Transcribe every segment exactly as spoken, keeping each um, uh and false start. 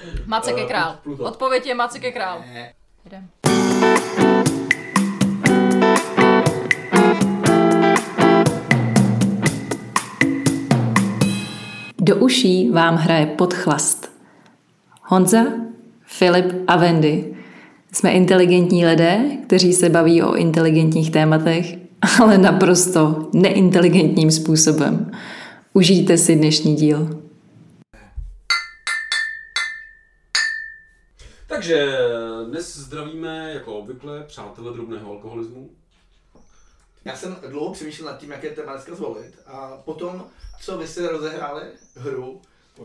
Macek je král. Odpověď je Macek je král. Jdem. Do uší vám hraje Podchlast. Honza, Filip a Wendy. Jsme inteligentní lidé, kteří se baví o inteligentních tématech, ale naprosto neinteligentním způsobem. Užijte si dnešní díl. Takže dnes zdravíme jako obvykle přátelé drobného alkoholismu. Já jsem dlouho přemýšlel nad tím, jaké téma dneska zvolit, a potom, co vy jste rozehráli hru,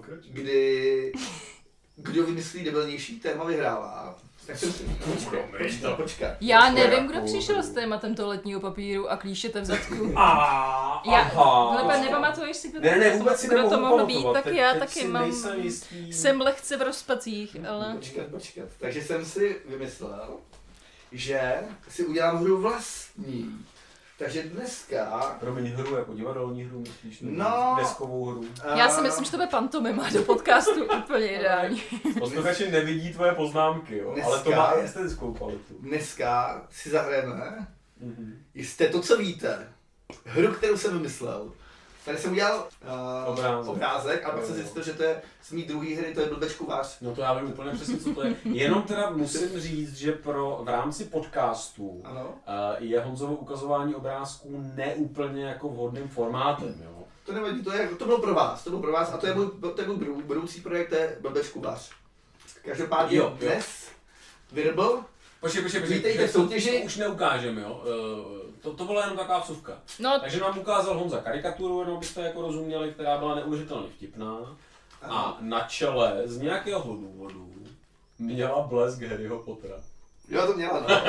kdy kdo vymyslí debilnější téma vyhrává. Tak jsem si počkat, počkat, počkat. Já nevím, kdo přišel s tématem toaletního papíru a klíšete v zadku. A, já, Filipe, nepamatuješ si, kdo, ne, ne, vůbec si kdo to mohl být, tak teď, já teď taky mám, jsem lehce v rozpacích, ale... Počkat, počkat. Takže jsem si vymyslel, že si udělám hru vlastní. Takže dneska... Promiň, hru jako divadelní hru, myslíš? No, deskovou hru. Já si myslím, že to bude pantomima do podcastu úplně ideální. Posluchači nevidí tvoje poznámky, jo? Dneska, ale to má estetickou kvalitu. Dneska si zahrajeme, mm-hmm. jste to, co víte, hru, kterou jsem vymyslel. Tady jsem udělal uh, obrázek. obrázek a pak jsem zjistil, že to je z mý druhý hry, to je blbečkovář. No to já vím úplně přesně, co to je. Jenom teda musím říct, že pro, v rámci podcastu uh, je Honzovo ukazování obrázků neúplně jako vhodným formátem, jo. To nevadí, to, je, to bylo pro vás, to bylo pro vás a to je můj, to je můj budoucí projekt, to je blbečkovář. Každopádně jo, jo. Dnes vyrbl. Počkej, počkej, počkej, soutěži to už neukážeme, jo. Uh, to, to byla jenom taková vsuvka. No. Takže nám ukázal Honza karikaturu, jenom byste jako rozuměli, která byla neuvěřitelně vtipná. Ano. A na čele z nějakého důvodu měla blesk Harryho Pottera. Jo, to měla, no.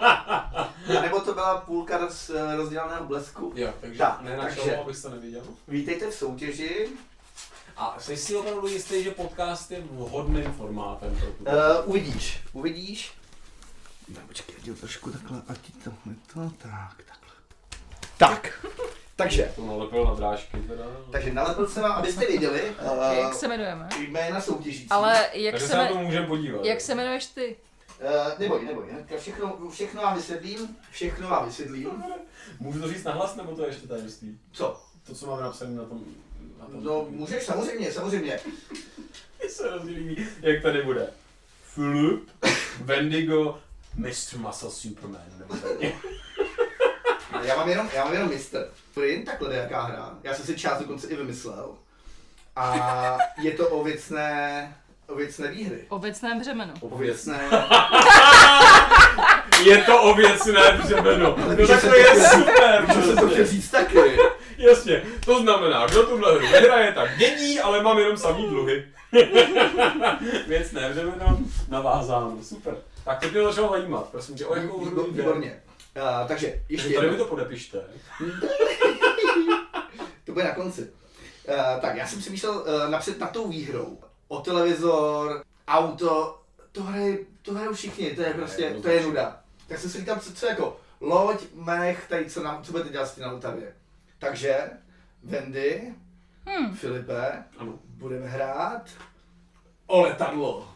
A nebo to byla půlka roz, rozdělaného blesku. Jo, takže Ta, ne na čelo, abych to neviděl. Vítejte v soutěži. A jsi si opravdu jistý, že podcast je vhodným formátem pro tu? Uh, uvidíš, uvidíš. No, počkej, já dělám trošku takhle, ať to, to, tak, takhle. Tak, takže. To nalepil na drážky teda. Takže nalepil jsem vám, abyste věděli. Uh, jak se jmenujeme? Jména soutěžící. Ale jak takže se, se na to můžeme podívat. Jak se jmenuješ ty? Uh, neboj, neboj, všechno, všechno vám vysvětlím, všechno vám vysvětlím. Můžu to říct nahlas, nebo to je ještě tajemství? Co? To, co mám napsané na tom, na tom. No, můžeš, samozřejmě, samozřejmě. Mně se rozdělí, jak tady bude. Filip, Wendigo, mister Muscle Superman. já mám jenom, já mám jenom mister. To je jen takhle nějaká hra. Já jsem si část dokonce i vymyslel. A je to o věcné, o věcné výhry. O věcném břemeno. O věcné... Je to o věcné břemeno. No tak to je super. Můžu se to chtěl říct taky. Jasně, to znamená, kdo tuhle hru vyhraje, tak dědí, ale mám jenom samý dluhy. Věcné břemeno navázáno, super. Tak to tě začalo zajímat, prosím tě, o jakou hru jde. Výborně. Uh, takže ještě tady mi to podepište. To bude na konci. Uh, tak, já jsem přemýšlel uh, napřed nad tou výhrou. O televizor, auto, to hrají, to hrají všichni, to je prostě, to je nuda. Tak jsem si říkal, co, co jako loď, mech, tady co, nám, co budete dělat s tím na Vltavě. Takže, Wendy, hmm. Filipe, ano. Budeme hrát o letadlo.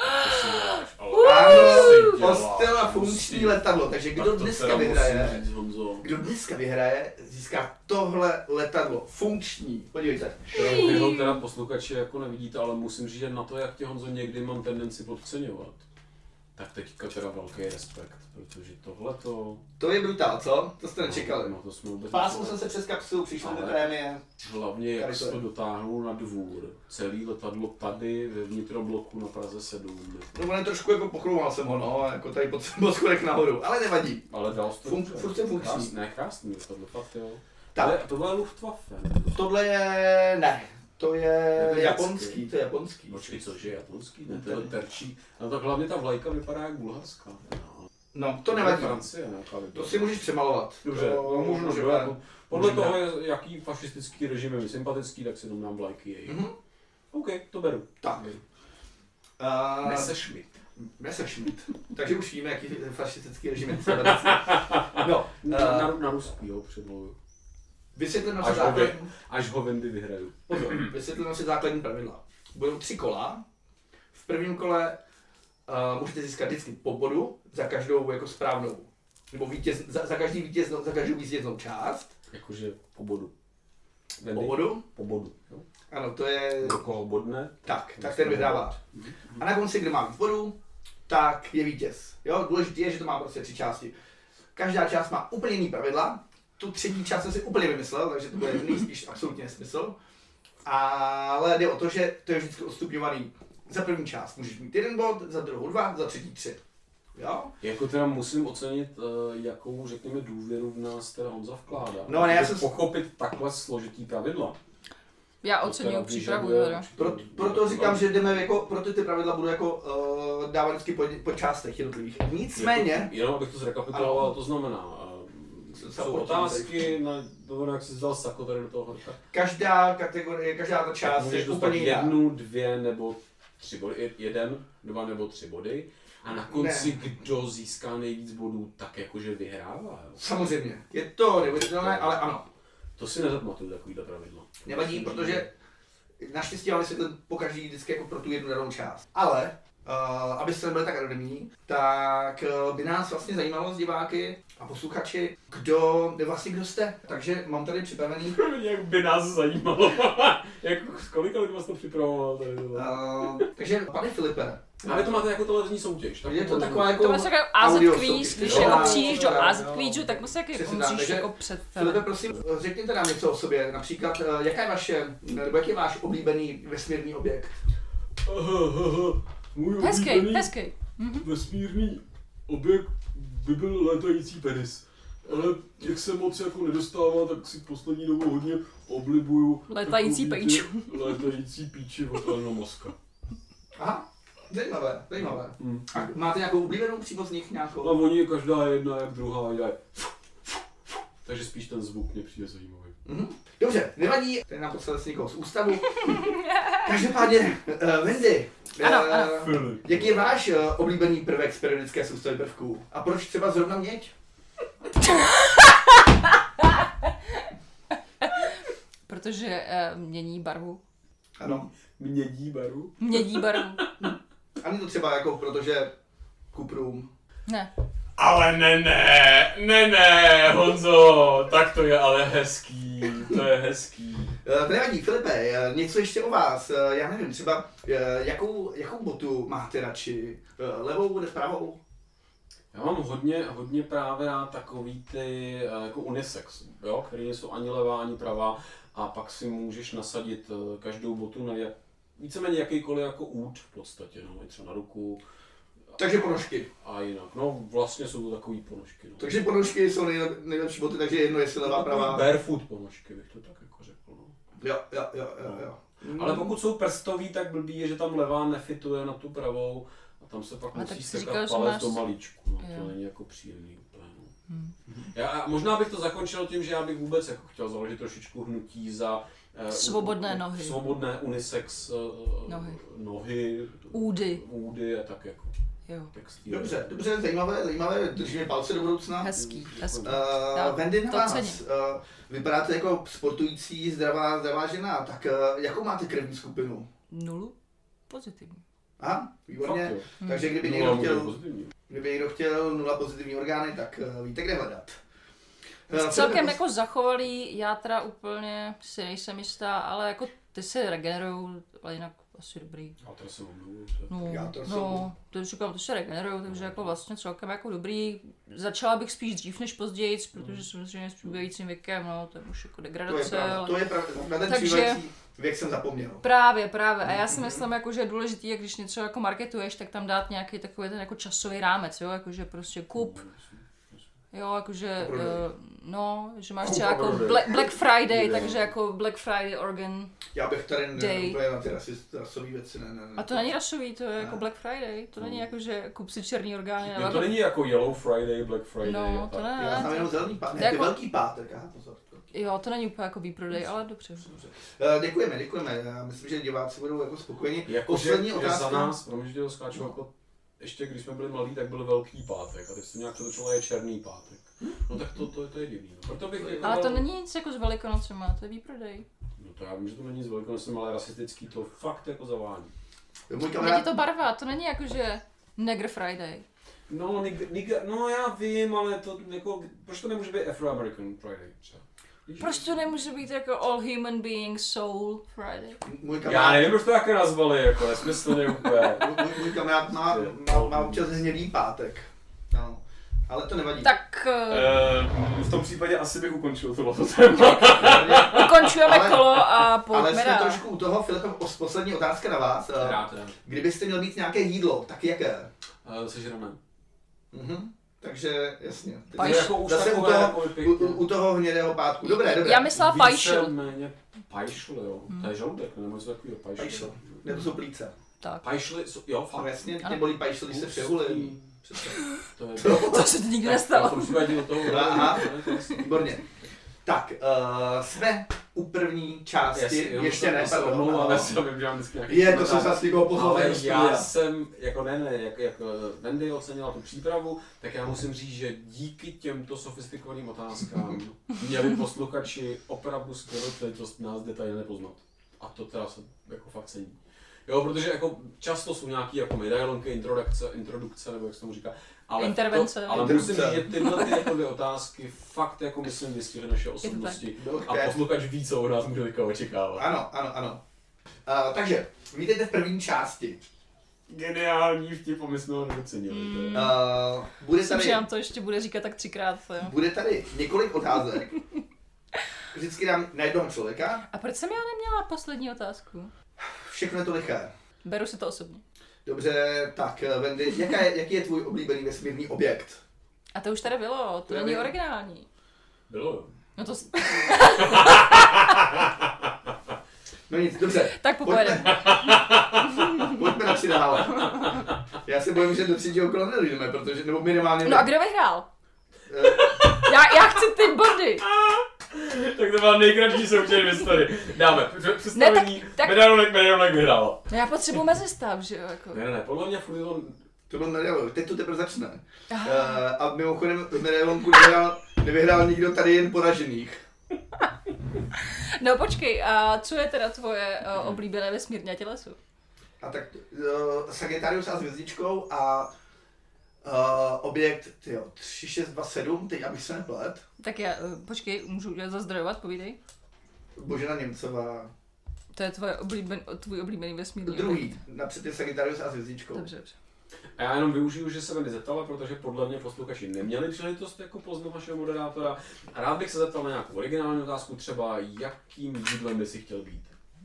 Ano, Ostela funkční letadlo, takže kdo dneska vyhraje, kdo dneska vyhraje, získá tohle letadlo, funkční, podívejte. Vy ho teda posluchači jako nevidíte, ale musím říct, že na to, jak tě, Honzo, někdy mám tendenci podceňovat, tak teďka teda velký respekt, protože tohleto... To je brutál, co? To jste nečekali. No, to jsme vůbec Pásnul jsem se přes kapsulu, přišlo do prémie. Hlavně jak jsi to dotáhnul na dvůr, celý letadlo tady ve vnitrobloku na Praze sedm. No on je trošku jako pochroumal jsem ho, no, jako tady pod, pod schodek nahoru, ale nevadí. Ale dal jsi to Fun, furt jsem funkční. Krásný, ne, krásný letadlo, fakt jo. Tak. Tohle je Luftwaffe. Tohle je, ne. To je japonský, to je japonský. Počkej, cože je japonský? Ne, to je terčí. No tak hlavně ta vlajka vypadá jak bulharská. No, no to nevadí. Francie, ne, to si můžeš přemalovat. Dobře, to můžu, můžu, můžu, podle můžu toho, je, jaký fašistický režim je mi sympatický, tak si tomu dám vlajky jejich. Mm-hmm. OK, to beru. Tak. Uh, Messerschmitt. Messerschmitt. Takže už víme, jaký fašistický režim je sympatický. No, na, na, na ruský, jo, předmluvu. Vysvětlím až, základní... až ho Wendy vyhraju. Pozor, vysvětlím si základní pravidla. Budou tři kola, v prvním kole uh, můžete získat vždycky po bodu za každou jako správnou, nebo vítěz, za, za, každý vítěznou, za každou vítěznou část. Jakože po bodu. Po bodu? Po bodu. Jo. Ano, to je... Do koho bodne? Tak, tak ten vyhrává. A na konci, kdo má víc bodů, tak je vítěz. Jo, důležité je, že to má prostě tři části. Každá část má úplně jiný pravidla. Tu třetí část jsem si úplně vymyslel, takže to bude nejspíš absolutně nesmysl. Ale jde o to, že to je vždycky odstupňovaný. Za první část můžeš mít jeden bod, za druhou dva, za třetí tři. Jo? Jako teda musím ocenit, jakou, řekněme, důvěru v nás teda Honza vkládá. No, ne, já jsem... Pochopit takhle složitý pravidla. Já ocením přípravu. Pro, proto říkám, že jdeme jako, proto ty pravidla budu jako uh, dávat vždycky po, po částech jednotlivých. Nicméně... Jako, jenom abych to zrekapituloval, to znamená, uh, jsou otázky, na, to jak jsi vzal sako tady do toho horka. Každá kategorie, každá ta část je úplně jiná. jednu, dvě nebo tři body, jeden, dva nebo tři body. A na konci, ne. Kdo získá nejvíc bodů, tak jakože vyhrává. Jo? Samozřejmě, je to neuvěřitelné, ale ano. To si nezapamatuju takovýhle pravidlo. Nevadí, protože naštěstí mám vysvětlit po každý vždycky jako pro tu jednu danou část. Ale, uh, abyste nebyli tak anonymní, tak uh, by nás vlastně zajímalo z diváky a posluchači, kdo, vlastně kdo jste. Takže mám tady připravený... Jak by nás zajímalo, jak, kolika lidí vás to připravoval tady? Uh, takže, pane Filipe. Ale to máte jako televizní soutěž. Tak je to taková jako to máš jako A Z Quiz, když jako přijdeš do A Z Quizu, tak musíš jako musíš jako představit. Filipe, prosím, řekněte nám něco o sobě, například, jaká je vaše, nebo jaký je váš oblíbený vesmírný objekt? Můj hezký, oblíbený hezký. vesmírný objekt by byl létající penis. Ale jak se moc jako nedostává, tak si poslední dobou hodně oblibuju létající píču. Létající píči od Elona Muska. Aha. Zajímavé, zajímavé. Hmm. A máte nějakou oblíbenou přímo z nich nějakou? A oni každá jedna jak druhá dělají. Takže spíš ten zvuk mě přijde zajímavý. Mm-hmm. Dobře, nevadí, tady nám poslali s někoho z ústavu. Každopádně, uh, Wendy, ano, uh, ano. jaký je váš uh, oblíbený prvek z periodické soustavy prvků? A proč třeba zrovna měď? Protože uh, mění barvu. Ano. Mědí barvu? Mědí barvu. A není to třeba jako protože kuprům? Ne. Ale ne, ne, ne, ne, Honzo, tak to je ale hezký, to je hezký. To nevadí, Filipe, něco ještě o vás, já nevím, třeba jakou, jakou botu máte radši, levou nebo pravou? Já mám hodně, hodně právě rád takový ty jako unisex, jo, který nejsou ani levá, ani pravá a pak si můžeš nasadit každou botu na víceméně jakýkoliv jako út v podstatě, no, i třeba na ruku. Takže ponožky. A jinak, no vlastně jsou to takový ponožky. No. Takže ponožky jsou nejlep, nejlepší boty, takže jedno jestli levá, no, pravá. Barefoot ponožky bych to tak jako řekl, no. Jo, jo, jo, jo, jo. No. Ale pokud jsou prstový, tak blbý je, že tam levá nefituje na tu pravou a tam se pak a musí sekat palec máš... do malíčku, no, to není jako příjemný úplně, no. Hmm. Já, možná bych to zakončil tím, že já bych vůbec jako chtěl založit trošičku hnutí za svobodné nohy. Svobodné unisex nohy. nohy údy. Údy a tak jako. Jo. Dobře, dobře, zajímavé, zajímavé, držíme palce do budoucna. Hezký, hezký. Uh, Wendy, na vás, uh, vypadáte jako sportující, zdravá, zdravá žena, tak uh, jakou máte krevní skupinu? Nulu, pozitivní. Aha, výborně, Fakt, takže kdyby někdo, chtěl, kdyby někdo chtěl nula pozitivní orgány, tak uh, víte, kde hledat. Uh, celkem jako zachovalý, já teda úplně si nejsem jistá, ale jako ty se regenerujou, ale jinak asi dobrý. Já to jsem omluvu. No, no, to říkám, to se regenerujou, takže jako vlastně celkem jako dobrý. Začala bych spíš dřív než později, protože samozřejmě s přibývajícím věkem, no, to je už jako degradace. To je pravda, ale... to je pravda, na ten takže... věk jsem zapomněl. Právě, právě. A já si myslím, jako, že je důležitý, jak když něco jako marketuješ, tak tam dát nějaký takový ten jako časový rámec, jo, jakože prostě kup. Jo, jakože, uh, no, že máš třeba jako Black, Black Friday, takže jako Black Friday organ. Já bych tady nebyl na ty rasové věci, ne, ne, ne. A to není rasový, to je ne. Jako Black Friday, to není jako, že kup si černý orgány. Ne, to není jako Yellow Friday, Black Friday. No, to ne. Já znám jenom zelený pátek, ne, jako... velký pátek, aha, pozor. Jo, to není úplně jako výprodej, ale dobře. dobře. Uh, děkujeme, děkujeme, já myslím, že diváci budou jako spokojeni. Jako poslední že, otázka. Že za nás, promiň, že skáču, no. Jako ještě když jsme byli mladí, tak byl velký pátek a teď se nějak to začalo je černý pátek. No tak to, to, to je divný. No. Proto bych jako ale to není nic jako s Velikonocema, to je výprodej. No to já vím, že to není s Velikonocem, ale rasistický to fakt jako zavání. Můj kamarád... Není to barva, to není jako, že Negr Friday. No, nig, nig, no já vím, ale to jako, proč to nemůže být Afro-American Friday třeba? Proč to nemůže být jako All Human Beings Soul Friday? Můj kamarád... Já nevím, proč to také nazvali, jako nesmyslně úplně. můj, můj kamarád má, má, má občas hnědý pátek. No. Ale to nevadí. Tak... Uh, v tom případě asi bych ukončil tohleto téma. Ukončujeme ale, kolo a pojďme Ale jsme trošku u toho, Filipe, poslední otázka na vás. Rád, rád. Kdybyste měl mít nějaké jídlo, tak jaké? Uh, sežrané. Mhm. Takže jasně. Pajš, jako už zase u toho, jako u, u toho hnědého pátku. Dobré, dobré. Já myslela pajšl. Pajšl, jo. Hmm. To je žaludek, nebo něco takového. Pajšl. Nebo jsou plíce. Tak. Pajšly, jo, fakt. No jasně, tě bolí pajšl, když se přehulí. To, je to, to se nikdy nestalo. To přivadí od toho. Aha, výborně. Tak, uh, jsme u první části, yes, ještě ne, pardon. Ale se vím, že mám vždycky nějaký je, to jsem se asi někoho pozval. Ale já jsem, jako ne, ne, jak, jak Wendy ocenila tu přípravu, tak já musím říct, že díky těmto sofistikovaným otázkám měli posluchači opravdu skvělou příležitost nás detailně poznat. A to teda se jako fakt cení. Jo, protože jako často jsou nějaký jako medailonky, introdukce, introdukce, nebo jak se tomu říká. Ale intervence. To, ale musím říct, že tyhle ty jako dvě otázky fakt jako myslím vystihly naše osobnosti a posluchač ví, co od nás může teďka očekávat. Ano, ano, ano. Uh, takže, vítejte v první části. Geniální vtip, my jsme ho nedocenili. Mm. Uh, bude tady... Myslím, to ještě bude říkat tak třikrát. Jo. Bude tady několik otázek. Vždycky dám na jednoho člověka. A proč jsem já neměla poslední otázku? Všechno je to liché. Beru si to osobně. Dobře, tak Wendy, jaká je, jaký je tvůj oblíbený vesmírný objekt? A to už tady bylo, to, to není originální. Bylo. No to... No nic, dobře. Tak popojedeme. Pojďme, pojďme radši dále. Já se bojím, že do třetího kola nedojdeme, protože, nebo minimálně... No a kdo vyhrál? já, já chci ty body. Tak to byla nejkratší soutěž v historii. Dáme, představení, medailonek, medailonek vyhrál. No já potřebuji mezistav, že jo, jako. Ne, ne, ne, podle mě furt to... To byl medailon, teď to teprve začne. Uh, a mimochodem v medailonku nevyhrál, nevyhrál nikdo tady jen poražených. No počkej, a co je teda tvoje uh, oblíbené vesmírné těleso? A tak uh, Sagittarius a s hvězdičkou a uh, objekt, tyjo, tři šest dva sedm, teď abych se neplet. Tak já, uh, počkej, můžu zazdrojovat, povídej. Božena Němcová. To je tvoje oblíben, tvůj oblíbený vesmírný Druhý, objekt. napřed je Sagittarius a s hvězdičkou. Dobře, dobře. A já jenom využiju, že se Wendy zeptala, protože podle mě posluchači neměli příležitost jako poznat našeho moderátora. A rád bych se zeptal na nějakou originální otázku, třeba jakým jídlem by si chtěl být.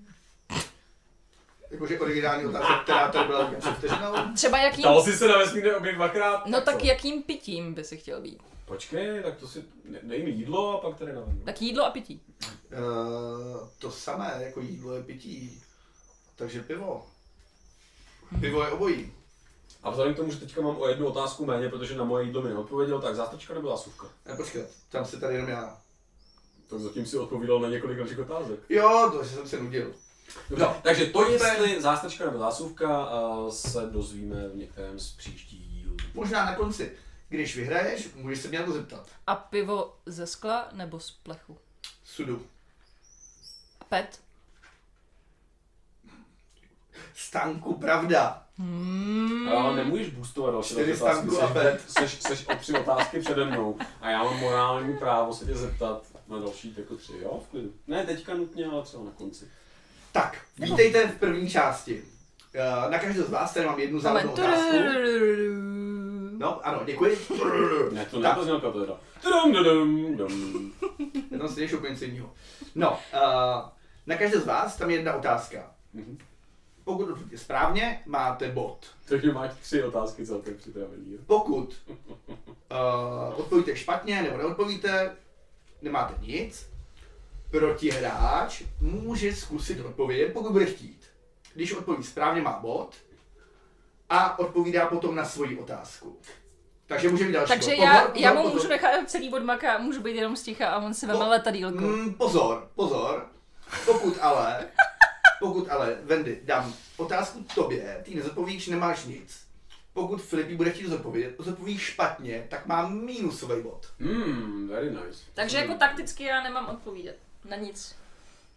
Jakože originální otázka, která tady byla před vteřinou. Třeba jakým... Ptal jsi se na vesmírný objekt dvakrát? No tak, tak jakým pitím by si chtěl být? Počkej, tak to si dej mi jídlo a pak tady navrhnu. Tak jídlo a pití. Uh, to samé jako jídlo je pití. Takže pivo. Pivo je obojí. A vzhledem k tomu, že teďka mám o jednu otázku méně, protože na moje jídlo mi neodpověděl, tak zástrčka nebyla suvka. Ne, počkat, tam se tady jenom já. Tak zatím si odpovídal na několik našich otázek. Jo, to jsem se nudil. Dobře, no, takže to, jestli zástrčka nebo zásuvka, se dozvíme v některém z příštích dílů. Možná na konci. Když vyhraješ, můžeš se mě na to zeptat. A pivo ze skla nebo z plechu? Sudu. Pet? Stanku, pravda. Hmm. Já nemůžeš boostovat další Čtyři stanku a pet. Seš, seš o tři otázky přede mnou a já mám morální právo se tě zeptat na další jako tři, jo? V klidu. Ne teďka nutně, ale třeba na konci. Tak, vítejte v první části. Na každou z vás tady mám jednu závodnou otázku. No, ano, děkuji. Ne, to nepoznělka to teda. Já tam si úplně něco jiného. No, uh, na každou z vás tam je jedna otázka. Mm-hmm. Pokud odpovíte správně, máte bod. Takže máš tři otázky celkem připravený. Jo? Pokud uh, odpovíte špatně nebo neodpovíte, nemáte nic. Protihráč může zkusit odpovědět, pokud bude chtít. Když odpoví správně, má bod a odpovídá potom na svoji otázku. Takže může být další Takže bod. já, Pozor, já mu pozor. můžu nechat celý bod maka, můžu být jenom sticha a on si veme Po, letadýlko. Mm, pozor, pozor. Pokud ale, pokud ale, Wendy, dám otázku tobě, ty nezodpovíš, nemáš nic. Pokud Filipí bude chtít zodpovědět, zodpovíš špatně, tak má minusový bod. Hmm, very nice. Takže jako takticky já nemám odpovídat na nic.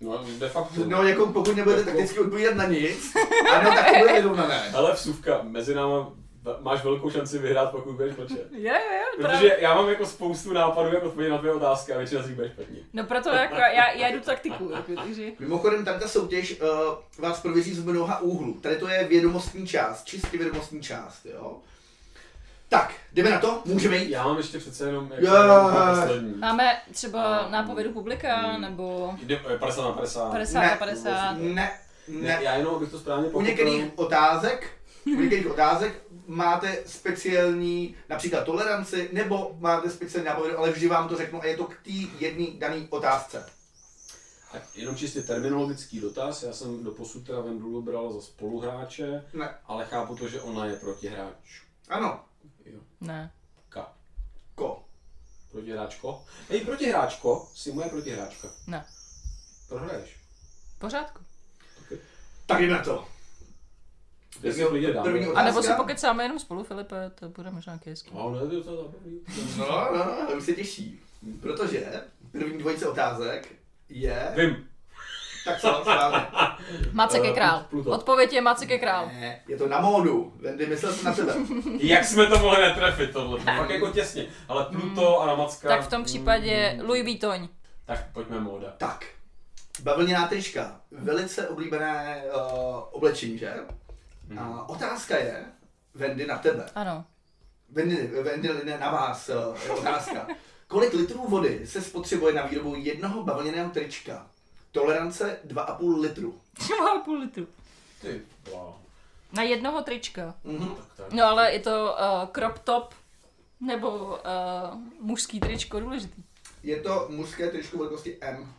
No, de facto. No, jako pokud nebudete takticky odpovídat na nic, ano, tak to bude vyrovnané. Ale vsuvka, mezi náma máš velkou šanci vyhrát, pokud budeš mlčet. Je, je, Protože právě. já mám jako spoustu nápadů, jak odpovědět na tvoje otázky a většina z nich bude špatně. No proto jako, já, já jdu taktiku, jako, takže... Mimochodem, tam ta soutěž uh, vás prověří z mnoha úhlů. Tady to je vědomostní část, čistě vědomostní část, jo. Tak, jdeme na to? Můžeme jít? Já mám ještě přece jenom jako Yeah. poslední. Máme třeba nápovědu publika, nebo... Jde padesát na padesát. padesát na padesát. Ne, ne, Ne, já jenom abych to správně U pochopil. některých otázek, u některých otázek máte speciální například toleranci, nebo máte speciální nápovědu, ale vždy vám to řeknu a je to k té jedné dané otázce. Tak jenom čistě terminologický dotaz, já jsem doposud teda Vendulu bral za spoluhráče, Ne. ale chápu to, že ona je protihráč. Ano. Jo. Ne. Ka. Ko. Protihráčko? Hej, protihráčko, jsi moje protihráčka. Ne. Prohraješ. V pořádku. Okay. Tak jdeme na to. Jestli to jde dál. První A nebo otázka? se pokecáme jenom spolu, Filipe, to bude možná hezký. No, ne, to je to zabaví. No, no, no, už se těší. Protože první dvojice otázek je... Vím. Tak co, správně. Macek je Uh, král. Pluto. Odpověď je Macek je král. Ne, je to na módu. Vendy, myslel jsem na sebe. Jak jsme to mohli netrefit tohle? Fakt jako těsně. Ale Pluto a Macka. Tak v tom případě Louis Vuitton. Tak pojďme móda. Tak. Bavlněná trička. Velice oblíbené uh, oblečení, že? Hmm. A otázka je, Vendy, na tebe. Ano. Vendy, Vendy ne, na vás uh, je otázka. Kolik litrů vody se spotřebuje na výrobu jednoho bavlněného trička? Tolerance dva a půl litru. dva a půl litru. Ty, wow. Na jednoho trička. Mhm. Tak, tak. No ale je to uh, crop top nebo uh, mužský tričko důležitý. Je to mužské tričko velikosti M.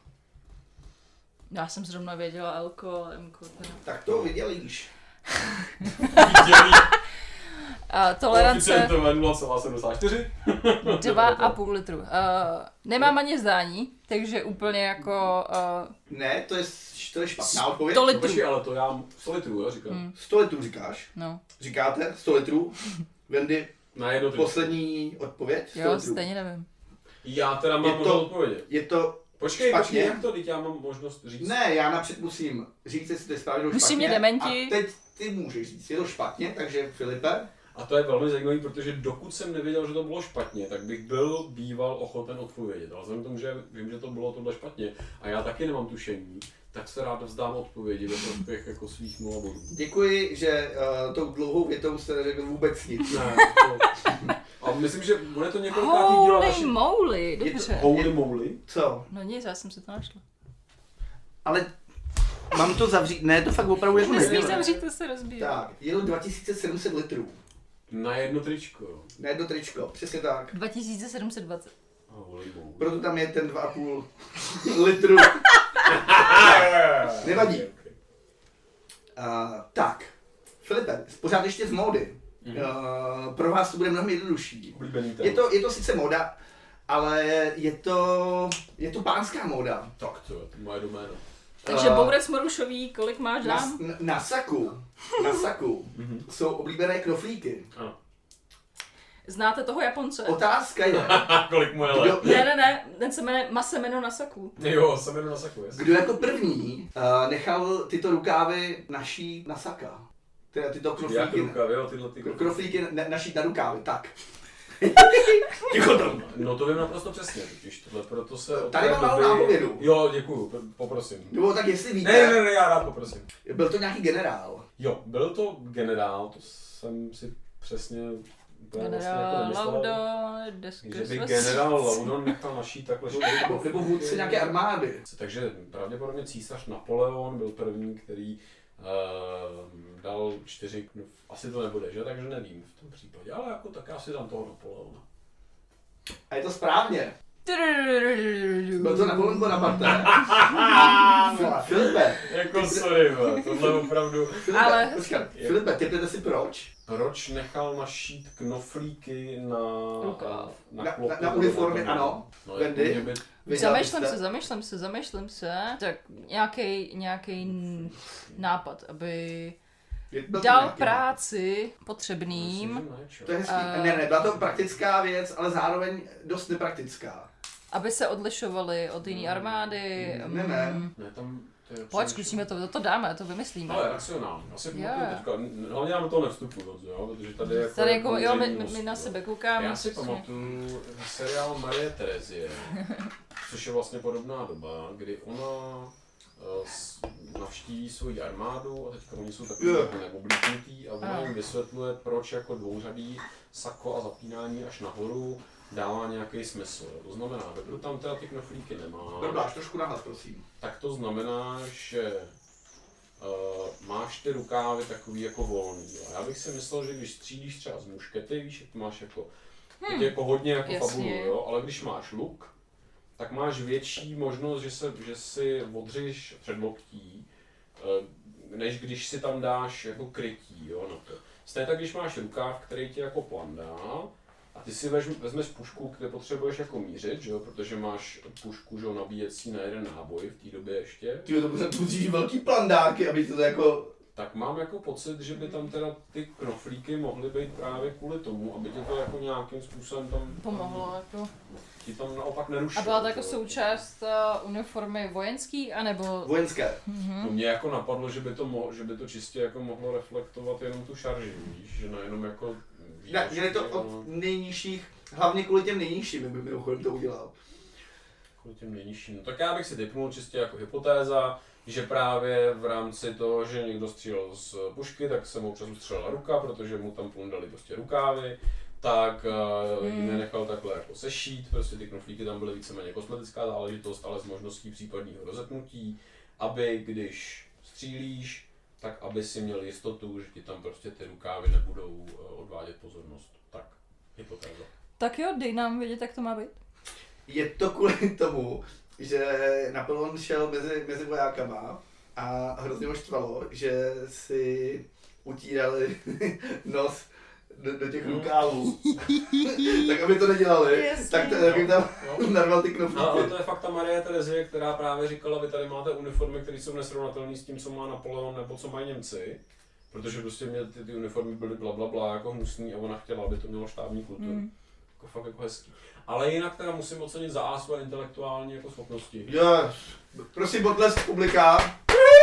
Já jsem zrovna věděla L-ko, ale M-ko teda. Tak to vydělíš. Viděli. Uh, tolerance Koeficientové nula celá sedmdesát čtyři. dva a půl litru. Uh, nemám ani zdání, takže úplně jako... Uh, Ne, to je, to je špatná odpověď. sto litrů. Počkej, ale to já sto litrů, jo, říkám. Hmm. sto litrů říkáš. No. Říkáte sto litrů. Vendy, Na jedno tričko. poslední odpověď. sto Jo, litrů. stejně nevím. Já teda mám Je to- možnost odpovědět. Je to... Počkej, špatně? počkej, jak to, teď já mám možnost říct. Ne, já napřed musím říct, jestli to je správně nebo Musí špatně. mě dementi. A teď ty můžeš říct, je to špatně, takže Filipe. A to je velmi zajímavé, protože dokud jsem nevěděl, že to bylo špatně, tak bych byl býval ochoten odpovědět. Ale vzhledem k tomu, že vím, že to bylo tohle špatně a já taky nemám tušení, tak se rád vzdám odpovědi ve prospěch jako svých nula bodů. Děkuji, že uh, tou dlouhou větou jste neřekl vůbec nic. Ne, to... A myslím, že bude to několikátý díl Holy naši... moly, Je to dobře. Holy moly. Co? No nic, já jsem si to našla. Ale mám to zavřít, ne, to fakt opravdu jako Nesmíš nevím. zavřít, to se rozbije. Tak, je to dva tisíce sedm set litrů. Na jedno tričko, jo. Na jedno tričko, přesně tak. dva tisíce sedm set dvacet. A holy moly. Proto tam je ten dva a půl litru. Nevadí. Uh, tak, Filipe, pořád ještě z módy. Uh, pro vás to bude mnohem jednodušší. Oblíbený téma. Je to, je to sice móda, ale je to, je to pánská móda. Tak to je, to je moje doméno. Takže Eh, Bourec Morušový, kolik máš Na, dám? na, na saku, na saku jsou oblíbené knoflíky. Ano. Znáte toho Japonce? Otázka je, Kolik moje kdo, let? Ne, ne, ne, ten se jmenuje Masemeno na saku. Jo, jsem jenom na saku, jasně. kdo jako první uh, nechal tyto rukávy našít na saka. Teda tyto Jak knoflíky, rukavy, jo, tyhle ty knoflíky na, našít na rukávy, tak. Ticho tam. No to vím naprosto přesně, totiž tohle, proto se... od Tady té mám malou doby- nápovědu. Jo, děkuju, p- poprosím. Nebo tak jestli víte, Ne, ne, ne, já rád poprosím. byl to nějaký generál. Jo, byl to generál, to jsem si přesně úplně vlastně jako Generál nemyslel, Laudo, že by Deskres. generál Laudon nechal našít takhle Nebo, nebo vůdce nějaké armády. Takže pravděpodobně císař Napoleon byl první, který uh, dal čtyři, no, asi to nebude, že? Takže nevím v tom případě, ale jako tak já si dám toho Napoleona. A je to správně. Byl to Napoleon Bonaparte. Filipe, Jako sorry, man, tohle opravdu... Filipe, Ale- počkat, Filipe, typnete si proč? Proč nechal našít knoflíky na... Rukáv. Na, klopu na, na nebo uniformy, na- ano. No, Vendy. jako mě by... Věděla Zamýšlím byste? se, zamýšlím se, zamýšlím se. Tak nějaký nějaký nápad, aby Je- byl to dal nějaký- práci potřebným. Myslím, že ne, čo? To je hezký. Eh. Ne, ne, byla to praktická věc, ale zároveň dost nepraktická. Aby se odlišovali od jiné armády. Ne, ne. Mm. Ne, tam Pojď, zkusíme to, to dáme, to vymyslíme. Ale racionálně, asi pamatuju teďka, hlavně já do toho nevstupuju, jo, protože tady jako... Tady jako, jo, my, my na sebe koukáme. Já si pamatuju seriál Marie Terezie, což je vlastně podobná doba, kdy ona uh, navštíví svoji armádu a teďka oni jsou takový jako neoblíknutý a ona jim vysvětluje, proč jako dvouřadý sako a zapínání až nahoru dává nějaký smysl. To znamená, kdo tam teda ty knoflíky nemá, Dobráš trošku nahlas, prosím. Tak to znamená, že uh, máš ty rukávy takový jako volný. A já bych si myslel, že když střílíš třeba z muškety, víš, jak to máš jako, hmm. to jako hodně jako fabulu, jo? Ale když máš luk, tak máš větší možnost, že, se, že si odřeš předloktí, uh, než když si tam dáš jako krytí, jo, na to. Stejně tak, když máš rukáv, který tě jako plandá, a ty si vezm, vezmeš pušku, kde potřebuješ jako mířit, že jo, protože máš pušku, že jo, nabíjecí na jeden náboj v té době ještě. Ty to musíš velký plandáky, aby to jako... Tak mám jako pocit, že by tam teda ty knoflíky mohly být právě kvůli tomu, aby tě to jako nějakým způsobem tam... Pomohlo jako... Ti tam naopak nerušilo. A byla to jako součást uh, uniformy vojenský, anebo... Vojenské. Mm-hmm. No mě jako napadlo, že by to, mo- že by to čistě jako mohlo reflektovat jenom tu šarži, víš, že nejenom jako... Ne, měli to od nejnižších, hlavně kvůli těm nejnižším, by mimochodem to udělal. Kvůli těm nejnižším. No tak já bych si tipnul čistě jako hypotéza, že právě v rámci toho, že někdo střílel z pušky, tak se mu občas ustřelila ruka, protože mu tam plundali prostě rukávy, tak uh, hmm. ji nenechal takhle jako sešít, prostě ty knoflíky tam byly víceméně kosmetická záležitost, ale s možností případného rozetnutí, aby když střílíš, tak aby si měl jistotu, že ti tam prostě ty rukávy nebudou odvádět pozornost. Tak, hypotéza. Tak jo, dej nám vědět, jak to má být. Je to kvůli tomu, že Napoleon šel mezi, mezi vojákama a hrozně ho štvalo, že si utírali nos do, do těch rukávů. Tak aby to nedělali, yes, tak, to, tak jim tam no, narval ty knoflíky. No, ale to je fakt ta Marie Terezie, která právě říkala, vy tady máte uniformy, které jsou nesrovnatelné s tím, co má Napoleon nebo co mají Němci. Protože prostě mě ty, ty uniformy byly blablabla bla, bla, jako hnusný a ona chtěla, aby to mělo štábní kulturu. Mm. Jako fakt jako hezký. Ale jinak teda musím ocenit za A své intelektuální jako schopnosti. Jo, prosím potlesk publika.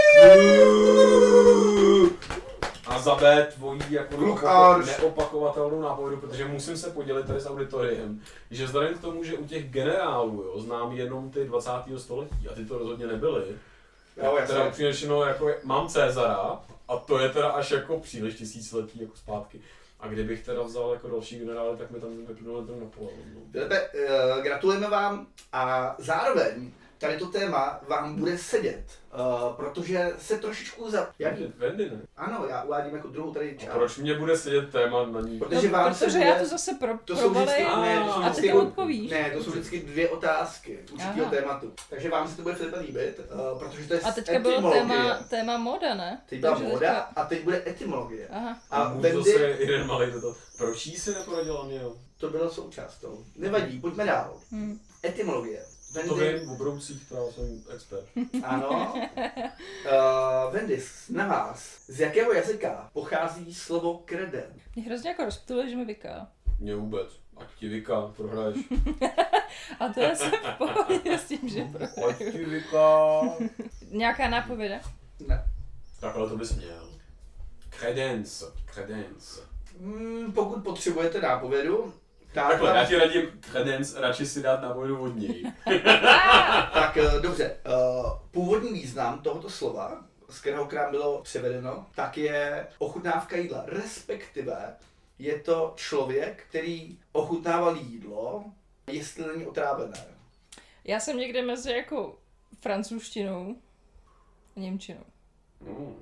A za B tvojí jako neopak- neopakovatelnou nápovědu, protože musím se podělit tady s auditoriem, že vzhledem k tomu, že u těch generálů jo, znám jenom ty dvacátého století a ty to rozhodně nebyly, jo, tak teda upřímně řečeno, jako mám Cezara a to je teda až jako příliš tisíciletí jako zpátky. A kdybych teda vzal jako další generály, tak mi tam vyplnul ten Napoleon. No. Filipe, uh, gratulujeme vám a zároveň tady to téma vám bude sedět, uh, protože se trošičku za... Jak? Wendy, ne? Ano, já uvádím jako druhou tady část. A proč mě bude sedět téma na ní? Protože, no, vám protože se já bude... to zase pro, to jsou vždycky, a, ne, to jsou a vždycky, ty to odpovíš. Ne, to jsou vždycky dvě otázky určitého tématu. Takže vám se to bude Filipe líbit, uh, protože to je a teďka bylo téma, téma moda, ne? Teď byla moda teďka... a teď bude etymologie. Aha. A můžu zase jeden malý toto. Proč jí si neporadila mě? To bylo součást toho. Nevadí, pojďme dál. Hmm. Etymologie. Wendy... To vím, v broucích, to já jsem expert. Ano. Uh, Wendy, na vás, z jakého jazyka pochází slovo kreden? Mě hrozně jako rozptyluje, že mi vyká. Mě vůbec. Ať ti vyká, prohraješ. A to je se v pohodě s tím, že prohraju. Ať ti vyká. Nějaká nápověda? Ne. Tak ale to bys měl. Credence. Credence. Hmm, pokud potřebujete nápovědu, takhle, já ti radím credence, radši si dát nápovědu od něj. Tak dobře, původní význam tohoto slova, z kterého k nám bylo převedeno, tak je ochutnávka jídla, respektive je to člověk, který ochutnával jídlo, jestli není otrávené. Já jsem někde mezi jako francouzštinou a němčinou. Hmm.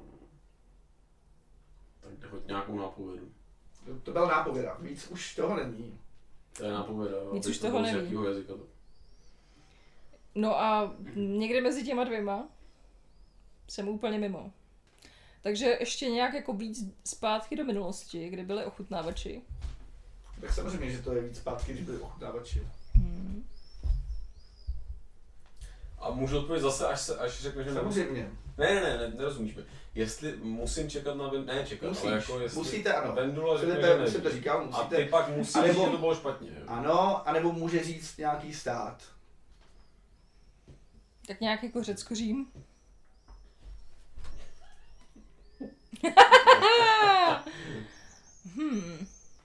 Tak hoď nějakou nápovědu. To, to byla nápověda, víc už toho není. To je nápověda, víc už toho není. Z jakého jazyka to? No a někde mezi těma dvěma jsem úplně mimo. Takže ještě nějak jako víc zpátky do minulosti, kde byli ochutnávači. Tak samozřejmě, že to je víc zpátky, když byli ochutnávači. Hmm. A můžu odpovědět zase, až, se, až řekneš, že samozřejmě. Ne, ne, ne, ne, nerozumíš mi. Jestli musím čekat na Vendula, ne čekat, Musíš, ale jako jestli musíte, ano. Vendula řekne, Filipe, že nevíš. to říkal, musíte. A ty pak musíš, anebo, že to bylo špatně. Jo? Ano, anebo může říct nějaký stát. Tak nějak jako Řecko-Řím. hmm.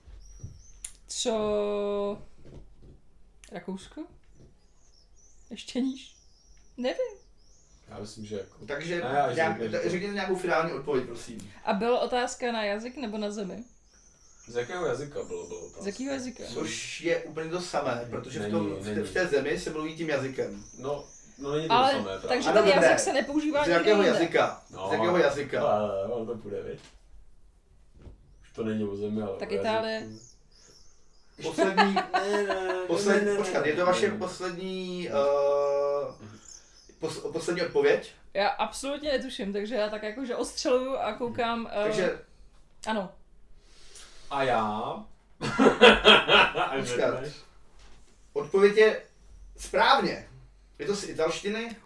Co... Rakousko? Ještě níž? Nevím. Já myslím, že jako... Takže ne, nějak, řekněte nějakou finální odpověď, prosím. A byla otázka na jazyk nebo na zemi? Z jakého jazyka bylo, bylo otázka? Z jakého jazyka? Což je úplně to samé, protože není, v, tom, v, té, v té zemi se mluví tím jazykem. No, no není to ale, samé. Právě. Takže ten jazyk ne. se nepoužívá z jakého jazyka? No, z jakého jazyka? No, ale on to půjde, viď? Už to není o zemi, ale tak Itálie. Poslední, ne, ne, poslední, ne, ne, počkat, je to vaše ne, poslední, uh, pos, poslední odpověď? Já absolutně netuším, takže já tak jakože ostřeluju a koukám. Uh, takže... Ano. A já? Počkat. Odpověď je správně. Je to z italštiny?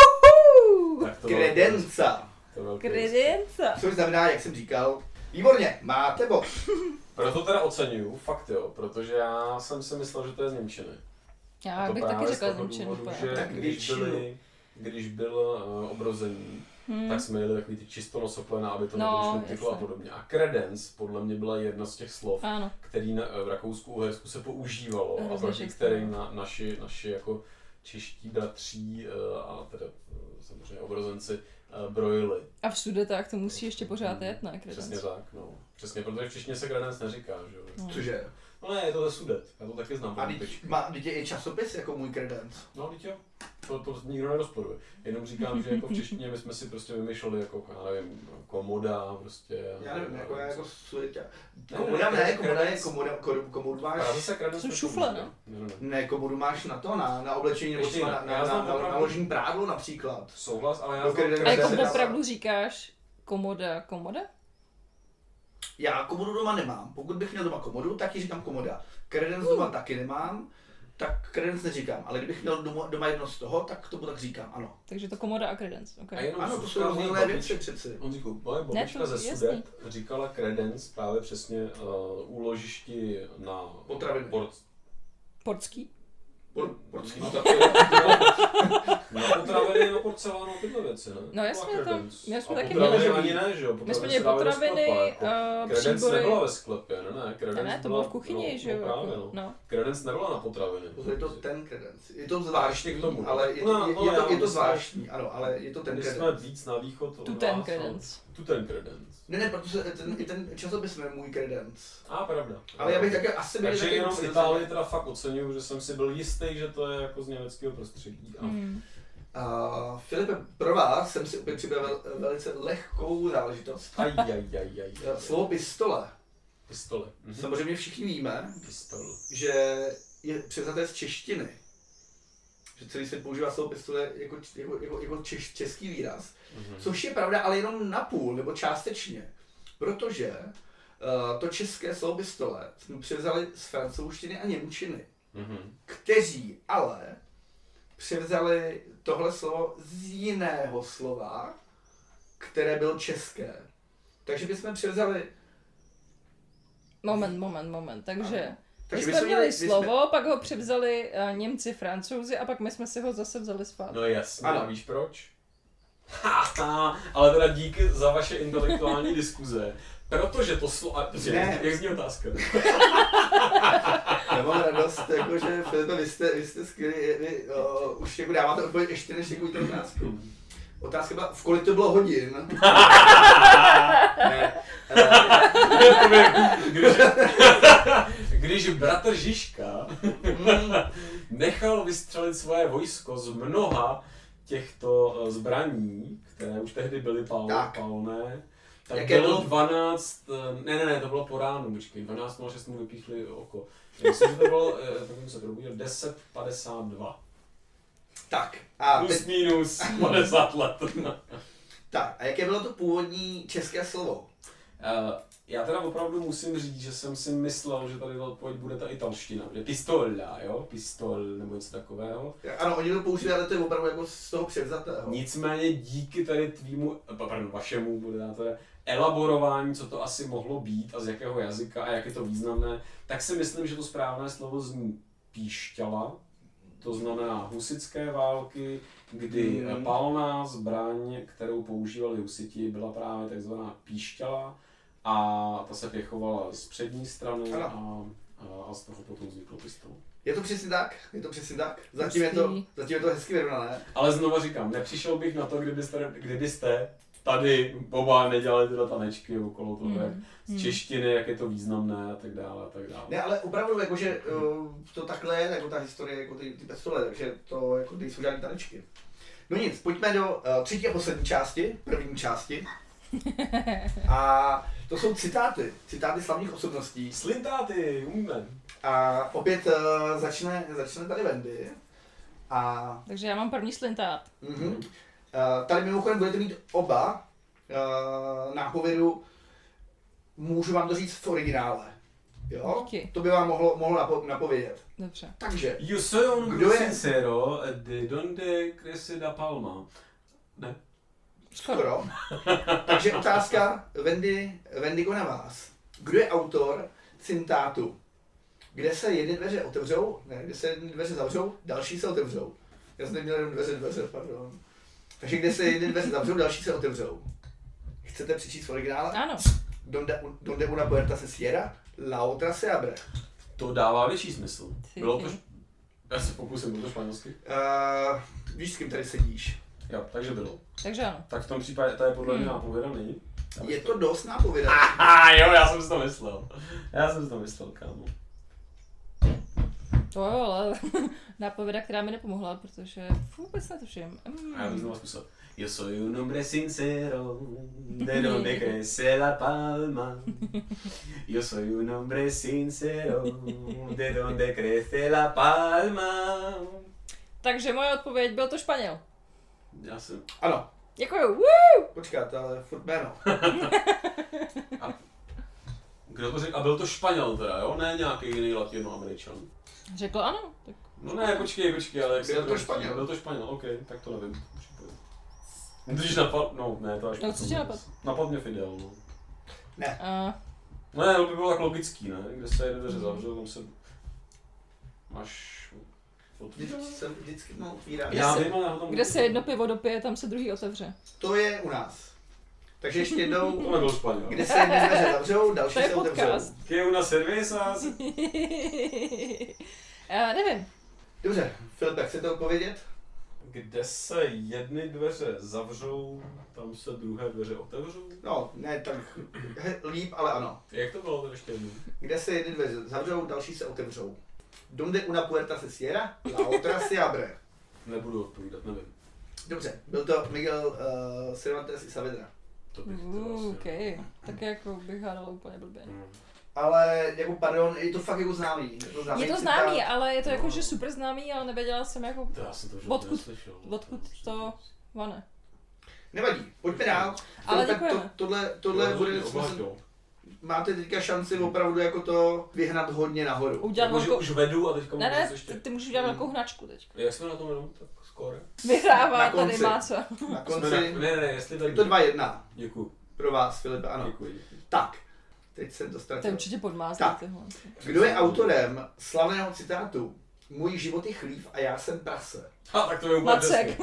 Credenza. Credenza. Což znamená, jak jsem říkal, výborně, máte bod. Proto teda oceňuju, fakt jo, protože já jsem si myslel, že to je z němčiny. Já bych taky řekla z němčiny. Tak když, byli, když byl uh, obrozený, hmm. tak jsme jeli takový ty čistonosoplena, aby to no, nevyšlo a podobně. A credence podle mě byla jedna z těch slov, ano. který na, v Rakousku Uhersku se používalo a proti kterým na, naši, naši jako čeští bratří uh, a teda uh, samozřejmě obrozenci uh, brojili. A v Sudetách to musí ještě pořád jet, ne? Credence. Přesně tak, no. Přesně, protože v češtině se credence neříká, že jo. No. Cože? No ne, je to ze Sudet, já to taky znám. A teď má je i časopis jako můj credence. No, teď jo. To, to nikdo nerozporuje. Jenom říkám, že jako v češtině my jsme si prostě vymýšleli jako, já nevím, komoda, prostě. Já nevím, jako já jako Sudeťa. Komoda ne, komoda je, komoda, komodu máš... Právě se credence jsou šufle, ne? Ne, komodu máš na to, na, na oblečení, nebo třeba na, na, na, na, na ložní prádlo například. Souhlas, ale já no, znám... A jako opravdu říkáš komoda, komoda? Já komodu doma nemám. Pokud bych měl doma komodu, tak ji říkám komoda. Credence uh. doma taky nemám, tak credence neříkám. Ale kdybych měl doma, doma jedno z toho, tak tomu tak říkám, ano. Takže to komoda a credence, okay. A jenom ano, to jsou rozdílné věci přeci. On říkal, moje babička ze Sudet říkala credence právě přesně uh, úložišti na potraviny. Port... Portský? Por, portský. Na potraviny, na porcelánu, tyhle věci, ne? No jasně, to, my jsme taky měli. Ani ne, že jo? My jsme měli potraviny, uh, Credence nebyla ve sklepě, ne, ne. Credence ne, to bylo v kuchyni, no, že jo? No, právě, no. no. Credence nebyla na potraviny. Je to ten credence. Je to zvláštní, k tomu, ale je to, no, je, no, je, to, já, je to zvláštní, ano, ale je to ten my credence. My jsme víc na východ od Tu ten credence. Tu ten credence. Ne, ne, protože ten, i ten časopis je můj credence. A pravda. Ale já bych také asi byl Takže jenom v Itálii teda fakt oceňuju, že jsem si byl jistý, že to je jako z německého prostředí. A... Hmm. Uh, Filipe, pro vás jsem si opět připravil velice lehkou záležitost. Aj, aj, aj, aj. Slovo pistole. Pistole. Mhm. Samozřejmě všichni víme, Pistol. že je převzaté z češtiny. Že celý svět používá slovo pistole jako, jako, jako, jako češ, český výraz. Mhm. Což je pravda, ale jenom napůl nebo částečně. Protože uh, to české slovo pistole jsme převzali z francouzštiny a němčiny. Mhm. Kteří ale převzali tohle slovo z jiného slova, které bylo české. Takže bychom převzali... Moment, moment, moment. Takže, ano. Takže my jsme měli my slovo, jsme... pak ho převzali uh, Němci, Francouzi a pak my jsme si ho zase vzali zpátky. No jasně, a víš proč? Ha, ale teda díky za vaše intelektuální diskuze. Protože to slovo... Ne. Jak zní otázka? Já mám radost, jakože Filipe, vy jste, vy jste skvělí, vy uh, už jako dáváte odpověď ještě než jako tu otázku. Otázka byla, v kolik to bylo hodin? Ne. když, když bratr Žižka nechal vystřelit svoje vojsko z mnoha těchto zbraní, které už tehdy byly pal, palné, tak jaké bylo dvanáct, ne, ne, ne, to bylo po ránu, počkej, dvanáct nula šest mu vypíchli oko. Myslím, že to bylo, tak jsem se probudil, deset padesát dva. Tak, a plus teď... minus padesát let. Tak, a jaké bylo to původní české slovo? Uh, já teda opravdu musím říct, že jsem si myslel, že tady odpověď bude ta italština, že pistola, jo, pistol nebo něco takového. Ano, oni to používají, ale to je opravdu jako z toho převzatého. Nicméně díky tady tvýmu, pardon, vašemu, bude teda elaborování, co to asi mohlo být a z jakého jazyka a jak je to významné, tak si myslím, že to správné slovo zní píšťala. to znamená husitské války, kdy hmm. palná zbraň, kterou používali husiti, byla právě takzvaná píšťala a ta se pěchovala z přední strany a, a, a z toho potom vzniklo pistol. Je to přesně tak, je to přesně tak. Zatím je to, zatím je to hezky vyrovnané. Ale znova říkám, nepřišel bych na to, kdybyste, kdybyste tady oba nedělali tyhle tanečky okolo toho, mm. jak z češtiny, jak je to významné a tak dále a tak dále. Ne, ale opravdu jakože to takhle je, jako ta historie, jako ty, ty pistole, takže to jako ty jsou žádný tanečky. No nic, pojďme do uh, třetí a poslední části, první části. A to jsou citáty, citáty slavných osobností. Slintáty, umíme. A opět uh, začne, začne tady Wendy. A... Takže já mám první slintát. Uh-huh. Uh, tady mimochodem budete mít oba uh, nápovědu, můžu vám to říct v originále. Jo? Díky. To by vám mohlo, mohlo napo- napovědět. Dobře. Takže, Yo soy un kdo je... sincero de donde crece la palma. Ne? Skoro. Takže otázka Wendy, Wendygo na vás. Kdo je autor citátu? Kde se jedny dveře otevřou, ne, kde se jedny dveře zavřou, další se otevřou. Já jsem neměl jenom dveře, dveře, pardon. Takže kde se jedny dveře zavřou, další se otevřou. Chcete přečíst v originále? Ano. Donde, donde una puerta se cierra, la otra se abre. To dává větší smysl. Bylo to... Já se pokusím, bylo to španělsky. Uh, víš, s kým tady sedíš? Jo, takže bylo. Takže ano. Tak v tom případě to je podle mě hmm. nápověda, není? Je to dost nápověda. Aha, jo, já jsem si to myslel. Já jsem si to myslel, kámo. To jo, ale nápověda, která mi nepomohla, protože vůbec netuším. Mm. A já bych znovu zkusil. Yo soy un hombre sincero, de donde crece la palma. Yo soy un hombre sincero, de donde crece la palma. Takže moje odpověď byl to Španěl. Já jsem... Ano. Děkuju. Woo! Počkat, ale furt jméno. A kdo to řekl? A byl to Španěl teda, jo? Ne nějaký jiný Latinoameričan. Řekl ano. Tak... No ne, počkej, počkej, ale jak byl to Španěl. Byl to Španěl, ok, tak to nevím. Když napad... No, ne, to až... No, co tě napad? Napad mě Fidel, no. Ne. Uh... No ne, to by bylo tak logický, ne? Kde se jedné dveře zavřel, tam se... Máš... Vždycky jsem vždycky no, otvírám. Já vím, ale tam... Kde se jedno pivo dopije, tam se druhý otevře. To je u nás. Takže ještě jednou... To nebyl Španěl. Kde se jedné dveře zavřou, další se otevřou. Que una cervezas. Já nevím. Dobře, Filipe, chcete odpovědět? Kde se jedny dveře zavřou, tam se druhé dveře otevřou? No, ne tak líp, ale ano. Jak to bylo to ještě jednou? Kde se jedny dveře zavřou, další se otevřou. Donde una puerta se cierra, la otra se abre. Nebudu odpovídat, nevím. Dobře, byl to Miguel uh, Cervantes y Saavedra. To bych uh, okay. Tak jako bych hádala úplně blbě. Hmm. Ale jako pardon, je to fakt jako známý. Je to známý, je to známý citát. Ale je to no. jako že super známý, ale nevěděla jsem jako to já jsem to odkud, neslyšel, odkud to vane. Nevadí, pojďme dál. Ale děkujeme. To, tohle, tohle bude máte teďka šanci opravdu jako to vyhnat hodně nahoru. Udělat jako, velkou... už vedu a teďka ne, ne, ještě... ty můžeš udělat velkou hnačku teďka. Jak jsme na tom jenom, tak skoro. Vyhrává tady Máca. Na konci. Na... Ne, ne, jestli tady... Je to dva jedna. Děkuju. Pro vás, Filipe, ano. Děkuji, děkuji. Tak, teď jsem to ztratil. To je určitě podmázlý tyhle. Kdo je autorem slavného citátu Můj život je chlív a já jsem prase? A tak to je úplně Macek.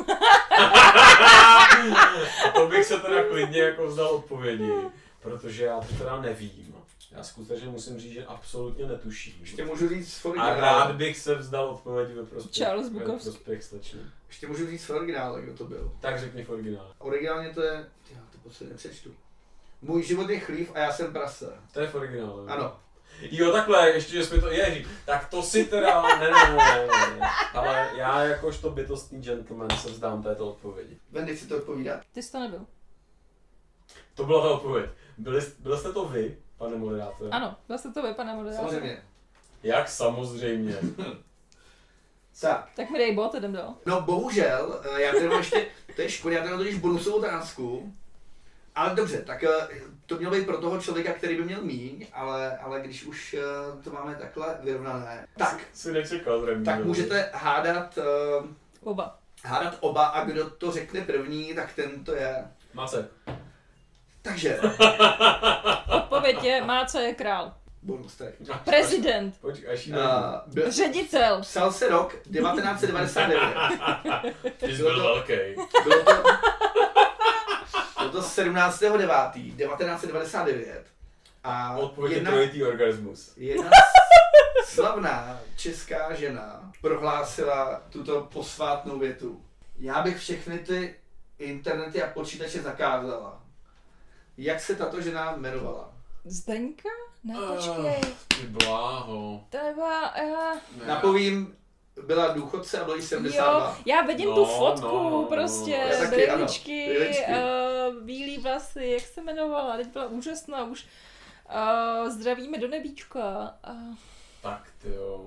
To bych se teda klidně jako vzdal odpovědi, protože já to teda nevím. Já skutečně musím říct, že absolutně netuším. Ještě můžu říct v A rád bych se vzdal odpovědi ve prospěch, Charles ve prospěch slečny. Ještě můžu říct v originále, kdo to byl. Tak řekni v originále. Originálně to je, já to posledně nepřečtu. Můj život je chlív a já jsem prase. To je v originále. Ano. Jo, takhle, ještě, že jsme to, ježí, tak to si teda, ne, ne, ne, ne, ne, ale já jakožto bytostný gentleman se vzdám této odpovědi. Wendy, si to odpovídat? Ty jsi to nebyl. To byla ta odpověď. Byli, byl jste to vy, pane moderátore? Ano, byl jste to vy, pane moderátore. Samozřejmě. Jak samozřejmě. Tak. Tak mi dej bod, jdem dál. No bohužel, já tady mám ještě, to je škoda, já tady mám totiž bonusovou otázku. Ale dobře, tak to mělo být pro toho člověka, který by měl míň, ale, ale když už to máme takhle vyrovnané, tak, si nečekal, zřejmě, tak můžete hádat, uh, oba. hádat oba a kdo to řekne první, tak ten to je. Macek. Takže. Odpověď je, Máca je král. Bonus, tak. Prezident. Počkej, až uh, Ředitel. Psal se rok devatenáct set devadesát devět. Ty jsi byl velký. Bylo to, bylo to sedmnáctého devátého devatenáct set devadesát devět. A odpověď jedna, trojitý organismus. Jedna slavná česká žena prohlásila tuto posvátnou větu. Já bych všechny ty internety a počítače zakázala. Jak se tato žena jmenovala? Zdeňka? Ne, Uh, počkej. Ty bláho. To byla... Uh... Napovím, byla důchodce a bylo jí sedmdesát dva. Jo, já vidím no, tu fotku, no, no, prostě, no, brýličky, uh, bílý vlasy, jak se jmenovala, teď byla úžasná, už uh, zdravíme do nebíčka. Uh. Tak ty jo.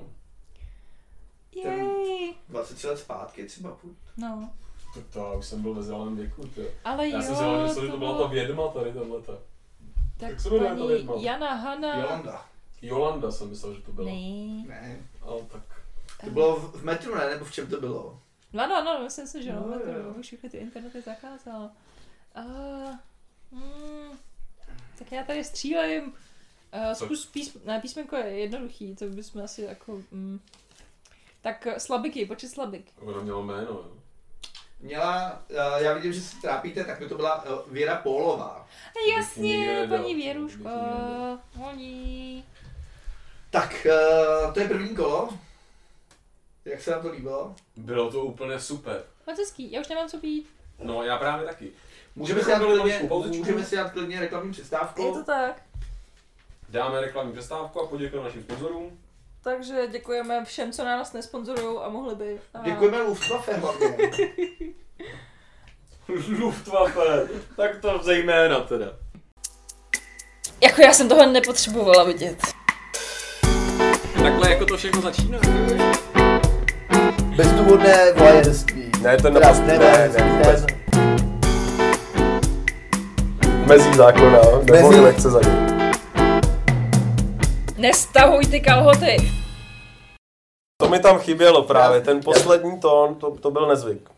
Jej. dvacet tři let zpátky třeba půl. No. To, to už jsem byl ve zelenem věku, ty. Ale já jo, jsem si hlavně myslel, že to to byla bylo... ta vědma tady, tato. Tak Jak se jmenuje ta paní vědma? Jana, Hana... Jolanda. Jolanda jsem myslel, že to byla. Ne. Ne. Ale tak. To bylo v, v metru, ne? Nebo v čem to bylo? No, no, no, myslím si, že no, No, metru, jo. už všechny ty internety zakázala. Uh, hmm, tak já tady střílím. Uh, zkus písm... Ne, písmenko je jednoduchý, to bychom asi jako... Mm. Tak slabiky, počet slabik. Ona měla jméno, jo. Měla, uh, já vidím, že se trápíte, tak by to byla uh, Věra Pólová. Jasně, paní Věruško. Oni. Tak, uh, to je první kolo. Jak se nám to líbilo? Bylo to úplně super. Moc hezký, já už nemám co pít. No, já právě taky. Můžeme si dát klidně, můžeme si dát klidně reklamní přestávku. Je to tak. Dáme reklamní přestávku a poděkujeme našim sponzorům. Takže děkujeme všem, co nás nesponzorují a mohli by. A... Děkujeme Luftwaffe hlavně. Luftwaffe, tak to zejména teda. Jako já jsem tohle nepotřebovala vidět. Takhle jako to všechno začíná. Bezdůvodné voajerství. Ne, ten Teda, naprosto, ne, ne, voajerství, ne, ten- vůbec. Mezí zákona, nebo Mezí- nechce za ním. Nestahuj ty kalhoty. To mi tam chybělo právě, ten poslední tón, to, to byl nezvyk.